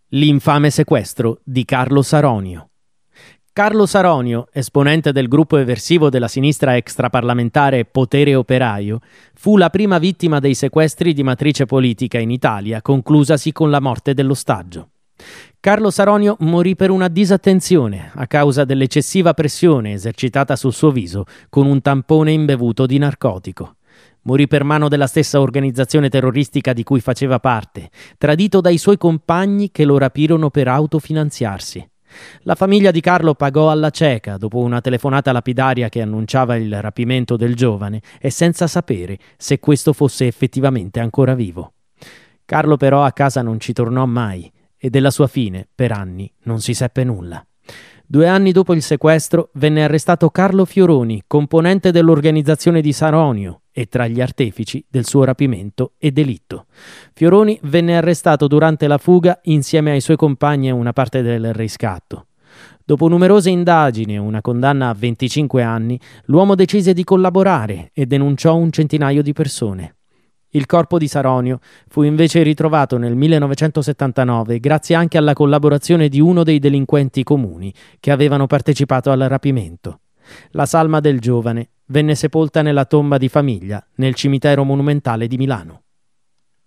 L'infame sequestro di Carlo Saronio. Carlo Saronio, esponente del gruppo eversivo della sinistra extraparlamentare Potere Operaio, fu la prima vittima dei sequestri di matrice politica in Italia, conclusasi con la morte dell'ostaggio. Carlo Saronio morì per una disattenzione a causa dell'eccessiva pressione esercitata sul suo viso con un tampone imbevuto di narcotico. Morì per mano della stessa organizzazione terroristica di cui faceva parte, tradito dai suoi compagni che lo rapirono per autofinanziarsi. La famiglia di Carlo pagò alla cieca dopo una telefonata lapidaria che annunciava il rapimento del giovane e senza sapere se questo fosse effettivamente ancora vivo. Carlo però a casa non ci tornò mai e della sua fine per anni non si seppe nulla. 2 anni dopo il sequestro venne arrestato Carlo Fioroni, componente dell'organizzazione di Saronio e tra gli artefici del suo rapimento e delitto. Fioroni venne arrestato durante la fuga insieme ai suoi compagni e una parte del riscatto. Dopo numerose indagini e una condanna a 25 anni, l'uomo decise di collaborare e denunciò un centinaio di persone. Il corpo di Saronio fu invece ritrovato nel 1979 grazie anche alla collaborazione di uno dei delinquenti comuni che avevano partecipato al rapimento. La salma del giovane venne sepolta nella tomba di famiglia nel cimitero monumentale di Milano.